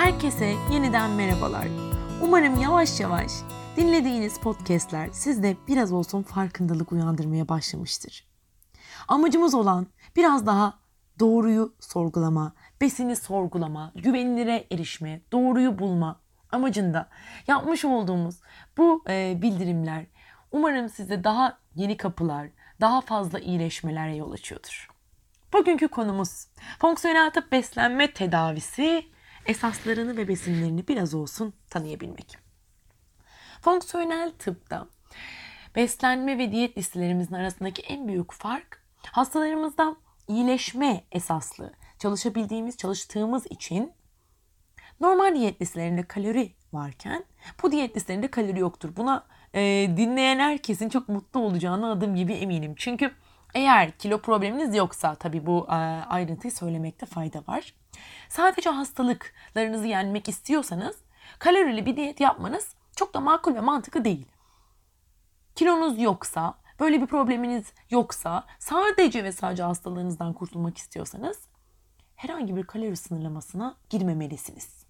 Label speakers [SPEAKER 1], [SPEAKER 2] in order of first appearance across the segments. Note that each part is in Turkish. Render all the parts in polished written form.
[SPEAKER 1] Herkese yeniden merhabalar. Umarım yavaş yavaş dinlediğiniz podcastler sizde biraz olsun farkındalık uyandırmaya başlamıştır. Amacımız olan biraz daha doğruyu sorgulama, besini sorgulama, güvenilire erişme, doğruyu bulma amacında yapmış olduğumuz bu bildirimler umarım size daha yeni kapılar, daha fazla iyileşmelere yol açıyordur. Bugünkü konumuz fonksiyonel tıp beslenme tedavisi, esaslarını ve besinlerini biraz olsun tanıyabilmek. Fonksiyonel tıpta beslenme ve diyet listelerimizin arasındaki en büyük fark hastalarımızdan iyileşme esaslı çalıştığımız için normal diyet listelerinde kalori varken bu diyet listelerinde kalori yoktur. Buna dinleyen herkesin çok mutlu olacağına adım gibi eminim. Çünkü eğer kilo probleminiz yoksa tabii bu ayrıntıyı söylemekte fayda var. Sadece hastalıklarınızı yenmek istiyorsanız kalorili bir diyet yapmanız çok da makul ve mantıklı değil. Kilonuz yoksa, böyle bir probleminiz yoksa, sadece ve sadece hastalığınızdan kurtulmak istiyorsanız herhangi bir kalori sınırlamasına girmemelisiniz.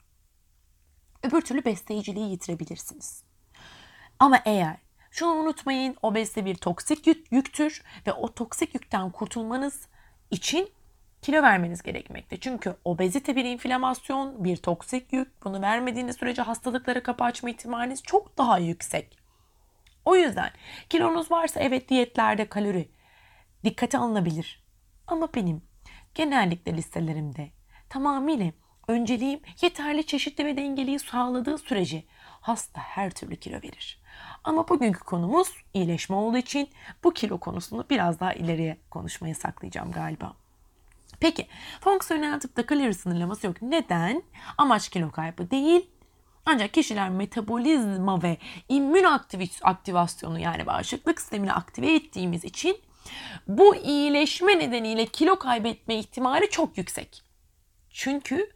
[SPEAKER 1] Öbür türlü besleyiciliği yitirebilirsiniz. Ama eğer şunu unutmayın, obezite bir toksik yüktür ve o toksik yükten kurtulmanız için kilo vermeniz gerekmekte. Çünkü obezite bir inflamasyon, bir toksik yük. Bunu vermediğiniz sürece hastalıklara kapı açma ihtimaliniz çok daha yüksek. O yüzden kilonuz varsa evet diyetlerde kalori dikkate alınabilir. Ama benim genellikle listelerimde tamamıyla önceliğim yeterli, çeşitli ve dengeliyi sağladığı sürece hasta her türlü kilo verir. Ama bugünkü konumuz iyileşme olduğu için bu kilo konusunu biraz daha ileriye konuşmaya saklayacağım galiba. Peki, fonksiyonel tıpta kalori sınırlaması yok. Neden? Amaç kilo kaybı değil. Ancak kişiler metabolizma ve immün aktivasyonu yani bağışıklık sistemini aktive ettiğimiz için bu iyileşme nedeniyle kilo kaybetme ihtimali çok yüksek. Çünkü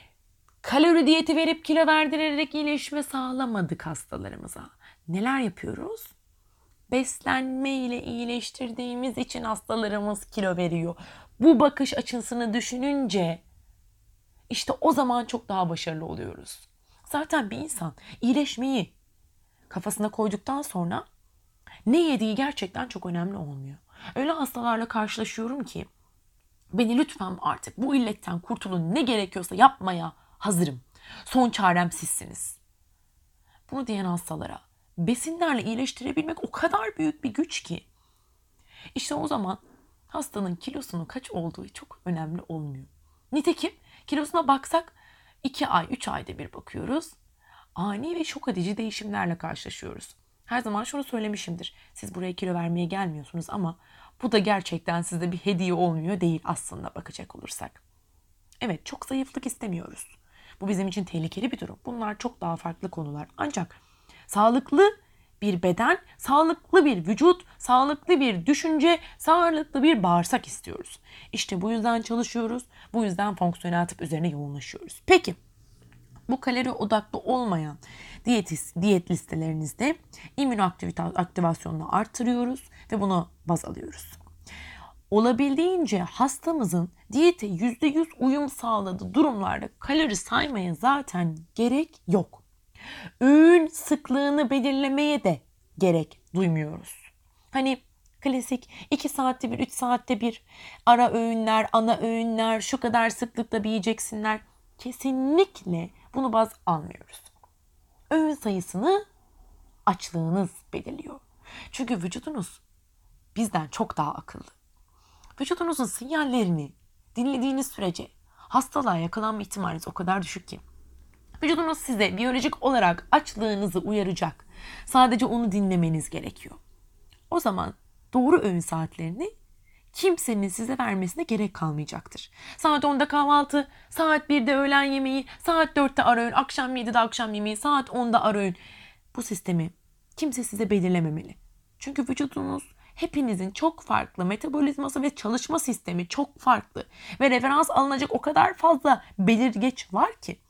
[SPEAKER 1] kalori diyeti verip kilo verdirerek iyileşme sağlamadık hastalarımıza. Neler yapıyoruz? Beslenme ile iyileştirdiğimiz için hastalarımız kilo veriyor. Bu bakış açısını düşününce işte o zaman çok daha başarılı oluyoruz. Zaten bir insan iyileşmeyi kafasına koyduktan sonra ne yediği gerçekten çok önemli olmuyor. Öyle hastalarla karşılaşıyorum ki beni lütfen artık bu illetten kurtulun, ne gerekiyorsa yapmaya hazırım. Son çarem sizsiniz. Bunu diyen hastalara besinlerle iyileştirebilmek o kadar büyük bir güç ki. İşte o zaman hastanın kilosunun kaç olduğu çok önemli olmuyor. Nitekim kilosuna baksak 2 ay, 3 ayda bir bakıyoruz. Ani ve şok edici değişimlerle karşılaşıyoruz. Her zaman şunu söylemişimdir. Siz buraya kilo vermeye gelmiyorsunuz ama bu da gerçekten size bir hediye olmuyor değil aslında bakacak olursak. Evet, çok zayıflık istemiyoruz. Bu bizim için tehlikeli bir durum. Bunlar çok daha farklı konular. Ancak sağlıklı bir beden, sağlıklı bir vücut, sağlıklı bir düşünce, sağlıklı bir bağırsak istiyoruz. İşte bu yüzden çalışıyoruz. Bu yüzden fonksiyonel tıp üzerine yoğunlaşıyoruz. Peki, bu kalori odaklı olmayan diyet listelerinizde immün aktivasyonunu artırıyoruz ve bunu baz alıyoruz. Olabildiğince hastamızın diyete %100 uyum sağladığı durumlarda kalori saymaya zaten gerek yok. Öğün sıklığını belirlemeye de gerek duymuyoruz. Hani klasik 2 saatte bir, 3 saatte bir ara öğünler, ana öğünler, şu kadar sıklıkla yiyeceksinler. Kesinlikle bunu baz almıyoruz. Öğün sayısını açlığınız belirliyor. Çünkü vücudunuz bizden çok daha akıllı. Vücudunuzun sinyallerini dinlediğiniz sürece hastalığa yakalanma ihtimaliniz o kadar düşük ki. Vücudunuz size biyolojik olarak açlığınızı uyaracak. Sadece onu dinlemeniz gerekiyor. O zaman doğru öğün saatlerini kimsenin size vermesine gerek kalmayacaktır. Saat 10'da kahvaltı, saat 1'de öğlen yemeği, saat 4'te ara öğün, akşam 7'de akşam yemeği, saat 10'da ara öğün. Bu sistemi kimse size belirlememeli. Çünkü vücudunuz hepinizin çok farklı metabolizması ve çalışma sistemi çok farklı. Ve referans alınacak o kadar fazla belirgeç var ki.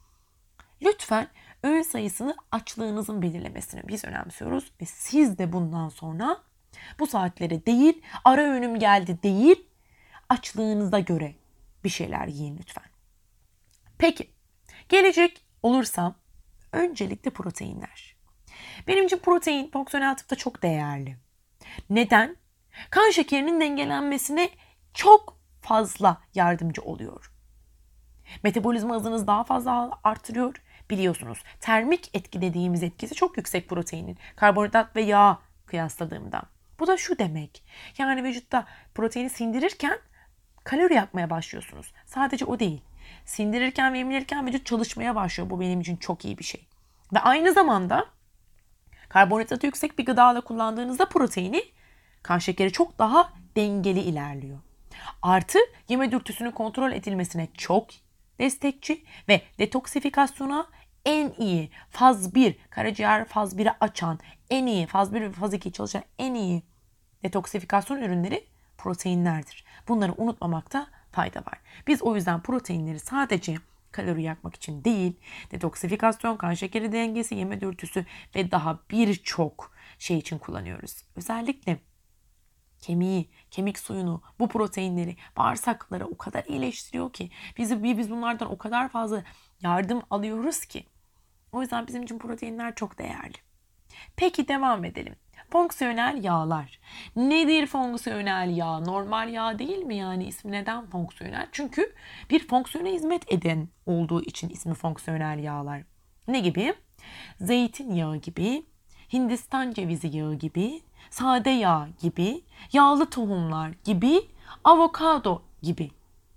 [SPEAKER 1] Lütfen öğün sayısını açlığınızın belirlemesini biz önemsiyoruz. Ve siz de bundan sonra bu saatlere değil, ara öğünüm geldi değil, açlığınıza göre bir şeyler yiyin lütfen. Peki, gelecek olursam öncelikle proteinler. Benim için protein fonksiyonel tıpta çok değerli. Neden? Kan şekerinin dengelenmesine çok fazla yardımcı oluyor. Metabolizma hızınızı daha fazla artırıyor. Biliyorsunuz termik etki dediğimiz etkisi çok yüksek proteinin. Karbonhidrat ve yağ kıyasladığımda. Bu da şu demek. Yani vücutta proteini sindirirken kalori yakmaya başlıyorsunuz. Sadece o değil. Sindirirken ve emilirken vücut çalışmaya başlıyor. Bu benim için çok iyi bir şey. Ve aynı zamanda karbonhidratı yüksek bir gıdayla kullandığınızda proteini, kan şekeri çok daha dengeli ilerliyor. Artı yeme dürtüsünün kontrol edilmesine çok destekçi ve detoksifikasyona en iyi faz 1, karaciğer faz 1'i açan, en iyi faz 1 ve faz 2 çalışan en iyi detoksifikasyon ürünleri proteinlerdir. Bunları unutmamakta fayda var. Biz o yüzden proteinleri sadece kalori yakmak için değil, detoksifikasyon, kan şekeri dengesi, yeme dürtüsü ve daha birçok şey için kullanıyoruz. Özellikle kemiği, kemik suyunu, bu proteinleri bağırsaklara o kadar iyileştiriyor ki biz bunlardan o kadar fazla yardım alıyoruz ki. O yüzden bizim için proteinler çok değerli. Peki devam edelim. Fonksiyonel yağlar. Nedir fonksiyonel yağ? Normal yağ değil mi yani? İsmi neden fonksiyonel? Çünkü bir fonksiyona hizmet eden olduğu için ismi fonksiyonel yağlar. Ne gibi? Zeytinyağı gibi, Hindistan cevizi yağı gibi, sade yağ gibi, yağlı tohumlar gibi, avokado gibi.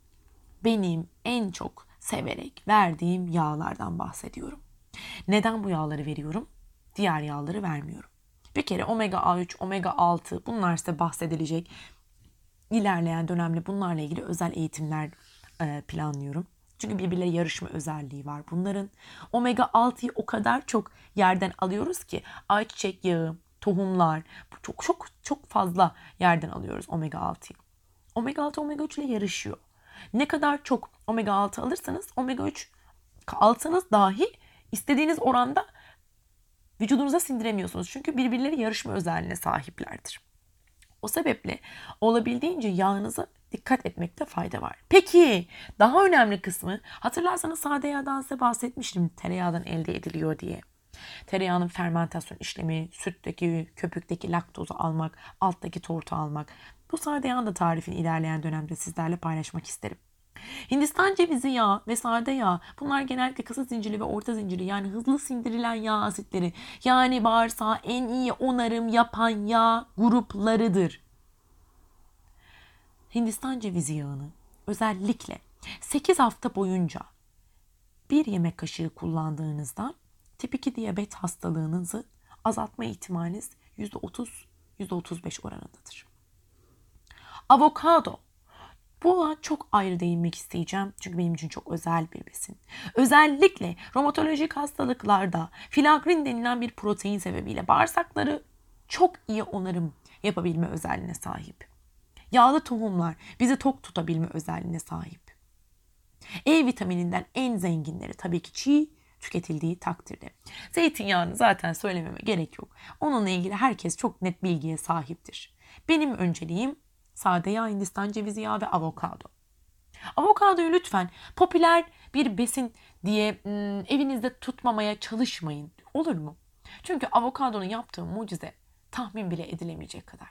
[SPEAKER 1] Benim en çok severek verdiğim yağlardan bahsediyorum. Neden bu yağları veriyorum? Diğer yağları vermiyorum. Bir kere omega A3, omega 6 bunlar size bahsedilecek. İlerleyen dönemde bunlarla ilgili özel eğitimler planlıyorum. Çünkü birbirleri yarışma özelliği var bunların. Omega 6'yı o kadar çok yerden alıyoruz ki ayçiçek yağı, tohumlar çok fazla yerden alıyoruz omega 6'yı. Omega 6 omega 3 ile yarışıyor. Ne kadar çok omega 6 alırsanız omega 3 alsanız dahi istediğiniz oranda vücudunuza sindiremiyorsunuz. Çünkü birbirleri yarışma özelliğine sahiplerdir. O sebeple olabildiğince yağınıza dikkat etmekte fayda var. Peki daha önemli kısmı, hatırlarsanız sade yağdan size bahsetmiştim, tereyağdan elde ediliyor diye. Tereyağının fermentasyon işlemi, sütteki, köpükteki laktozu almak, alttaki tortu almak. Bu sade yağın da tarifini ilerleyen dönemde sizlerle paylaşmak isterim. Hindistan cevizi yağı ve sade yağ, bunlar genellikle kısa zincirli ve orta zincirli, yani hızlı sindirilen yağ asitleri, yani bağırsağı en iyi onarım yapan yağ gruplarıdır. Hindistan cevizi yağını özellikle 8 hafta boyunca bir yemek kaşığı kullandığınızda tip 2 diyabet hastalığınızı azaltma ihtimaliniz %30-%35 oranındadır. Avokado. Buna çok ayrı değinmek isteyeceğim. Çünkü benim için çok özel bir besin. Özellikle romatolojik hastalıklarda filagrin denilen bir protein sebebiyle bağırsakları çok iyi onarım yapabilme özelliğine sahip. Yağlı tohumlar bizi tok tutabilme özelliğine sahip. E vitamininden en zenginleri tabii ki çiğ tüketildiği takdirde. Zeytinyağını zaten söylememe gerek yok. Onunla ilgili herkes çok net bilgiye sahiptir. Benim önceliğim sade yağ, Hindistan cevizi yağı ve avokado. Avokadoyu lütfen popüler bir besin diye evinizde tutmamaya çalışmayın. Olur mu? Çünkü avokadonun yaptığı mucize tahmin bile edilemeyecek kadar.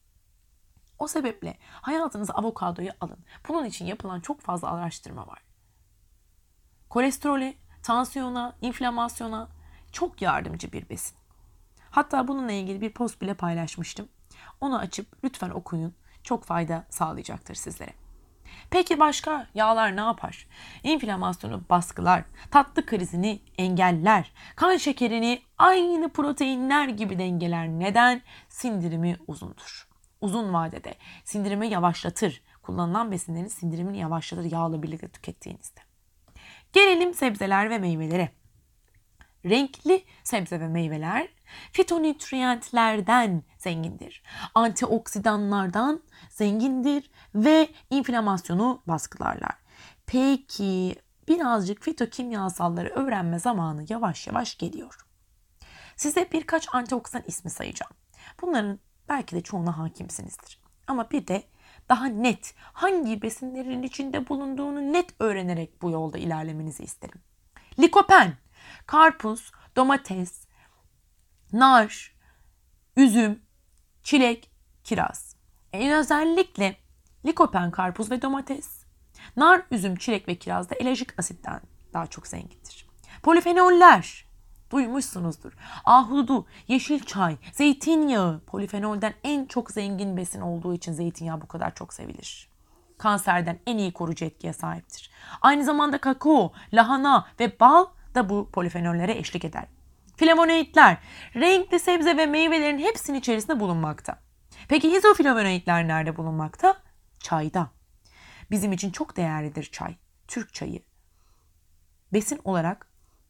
[SPEAKER 1] O sebeple hayatınıza avokadoyu alın. Bunun için yapılan çok fazla araştırma var. Kolesterole, tansiyona, inflamasyona çok yardımcı bir besin. Hatta bununla ilgili bir post bile paylaşmıştım. Onu açıp lütfen okuyun. Çok fayda sağlayacaktır sizlere. Peki başka yağlar ne yapar? İnflamasyonu baskılar, tatlı krizini engeller, kan şekerini aynı proteinler gibi dengeler. Neden? Sindirimi uzundur. Uzun vadede sindirimi yavaşlatır. Kullanılan besinlerin sindirimini yavaşlatır yağla birlikte tükettiğinizde. Gelelim sebzeler ve meyvelere. Renkli sebze ve meyveler fitonütriyentlerden zengindir. Antioksidanlardan zengindir ve inflamasyonu baskılarlar. Peki birazcık fitokimyasalları öğrenme zamanı yavaş yavaş geliyor. Size birkaç antioksidan ismi sayacağım. Bunların belki de çoğuna hakimsinizdir. Ama bir de daha net hangi besinlerin içinde bulunduğunu net öğrenerek bu yolda ilerlemenizi isterim. Likopen Karpuz, domates, nar, üzüm, çilek, kiraz. Özellikle likopen, karpuz ve domates, nar, üzüm, çilek ve kiraz da elajik asitten daha çok zengindir. Polifenoller duymuşsunuzdur. Ahududu, yeşil çay, zeytinyağı polifenolden en çok zengin besin olduğu için zeytinyağı bu kadar çok sevilir. Kanserden en iyi koruyucu etkiye sahiptir. Aynı zamanda kakao, lahana ve bal da bu polifenollere eşlik eder. Flavonoidler renkli sebze ve meyvelerin hepsinin içerisinde bulunmakta. Peki izoflavonoidler nerede bulunmakta? Çayda. Bizim için çok değerlidir çay. Türk çayı. Besin olarak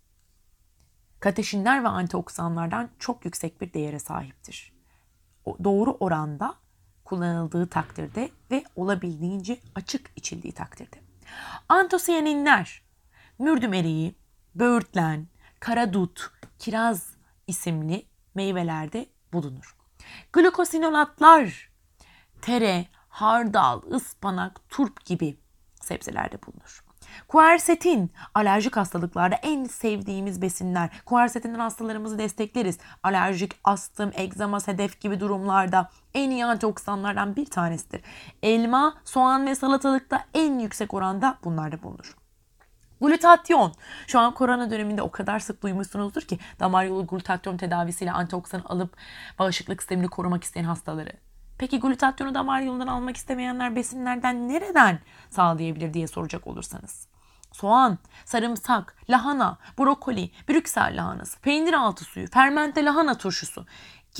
[SPEAKER 1] kateşinler ve antioksidanlardan çok yüksek bir değere sahiptir. Doğru oranda kullanıldığı takdirde ve olabildiğince açık içildiği takdirde. Antosiyaninler, mürdüm eriği, böğürtlen, karadut, kiraz isimli meyvelerde bulunur. Glukosinolatlar, tere, hardal, ıspanak, turp gibi sebzelerde bulunur. Kuersetin, alerjik hastalıklarda en sevdiğimiz besinler. Kuersetinden hastalarımızı destekleriz. Alerjik, astım, egzama, sedef gibi durumlarda en iyi antioksidanlardan bir tanesidir. Elma, soğan ve salatalıkta en yüksek oranda bunlarda bulunur. Glutatyon. Şu an korona döneminde o kadar sık duymuşsunuzdur ki damar yolu glutatyon tedavisiyle antioksidan alıp bağışıklık sistemini korumak isteyen hastaları. Peki glutatyonu damar yolundan almak istemeyenler besinlerden nereden sağlayabilir diye soracak olursanız. Soğan, sarımsak, lahana, brokoli, Brüksel lahanası, peynir altı suyu, fermente lahana turşusu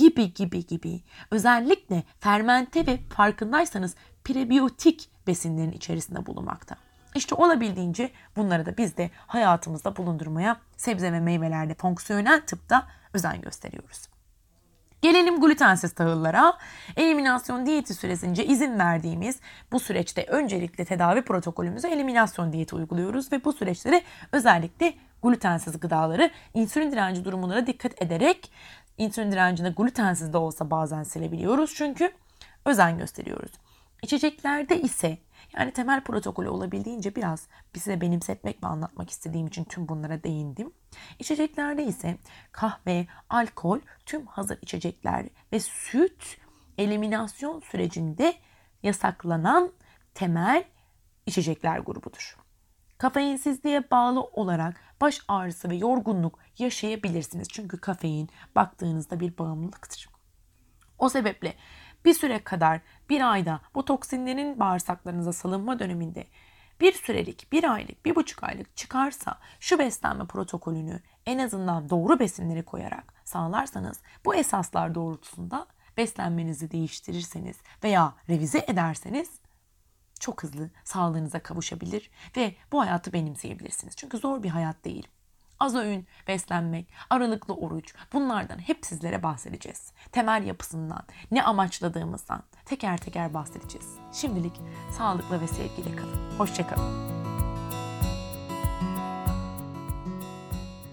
[SPEAKER 1] gibi özellikle fermente ve farkındaysanız prebiyotik besinlerin içerisinde bulunmakta. İşte olabildiğince bunları da biz de hayatımızda bulundurmaya sebze ve meyvelerde fonksiyonel tıpta özen gösteriyoruz. Gelelim glutensiz tahıllara. Eliminasyon diyeti süresince izin verdiğimiz bu süreçte öncelikle tedavi protokolümüzü eliminasyon diyeti uyguluyoruz ve bu süreçte de özellikle glutensiz gıdaları insülin direnci durumuna dikkat ederek insülin direncini glutensiz de olsa bazen silebiliyoruz çünkü özen gösteriyoruz. İçeceklerde ise yani temel protokolü olabildiğince biraz size benimsetmek ve anlatmak istediğim için tüm bunlara değindim. İçeceklerde ise kahve, alkol, tüm hazır içecekler ve süt eliminasyon sürecinde yasaklanan temel içecekler grubudur. Kafeinsizliğe bağlı olarak baş ağrısı ve yorgunluk yaşayabilirsiniz. Çünkü kafein baktığınızda bir bağımlılıktır. O sebeple bir süre kadar bir ayda bu toksinlerin bağırsaklarınıza salınma döneminde bir sürelik, bir aylık, 1,5 aylık çıkarsa şu beslenme protokolünü en azından doğru besinleri koyarak sağlarsanız bu esaslar doğrultusunda beslenmenizi değiştirirseniz veya revize ederseniz çok hızlı sağlığınıza kavuşabilir ve bu hayatı benimseyebilirsiniz. Çünkü zor bir hayat değil. Az öğün beslenmek, aralıklı oruç bunlardan hep sizlere bahsedeceğiz. Temel yapısından, ne amaçladığımızdan teker teker bahsedeceğiz. Şimdilik sağlıkla ve sevgiyle kalın. Hoşça kalın.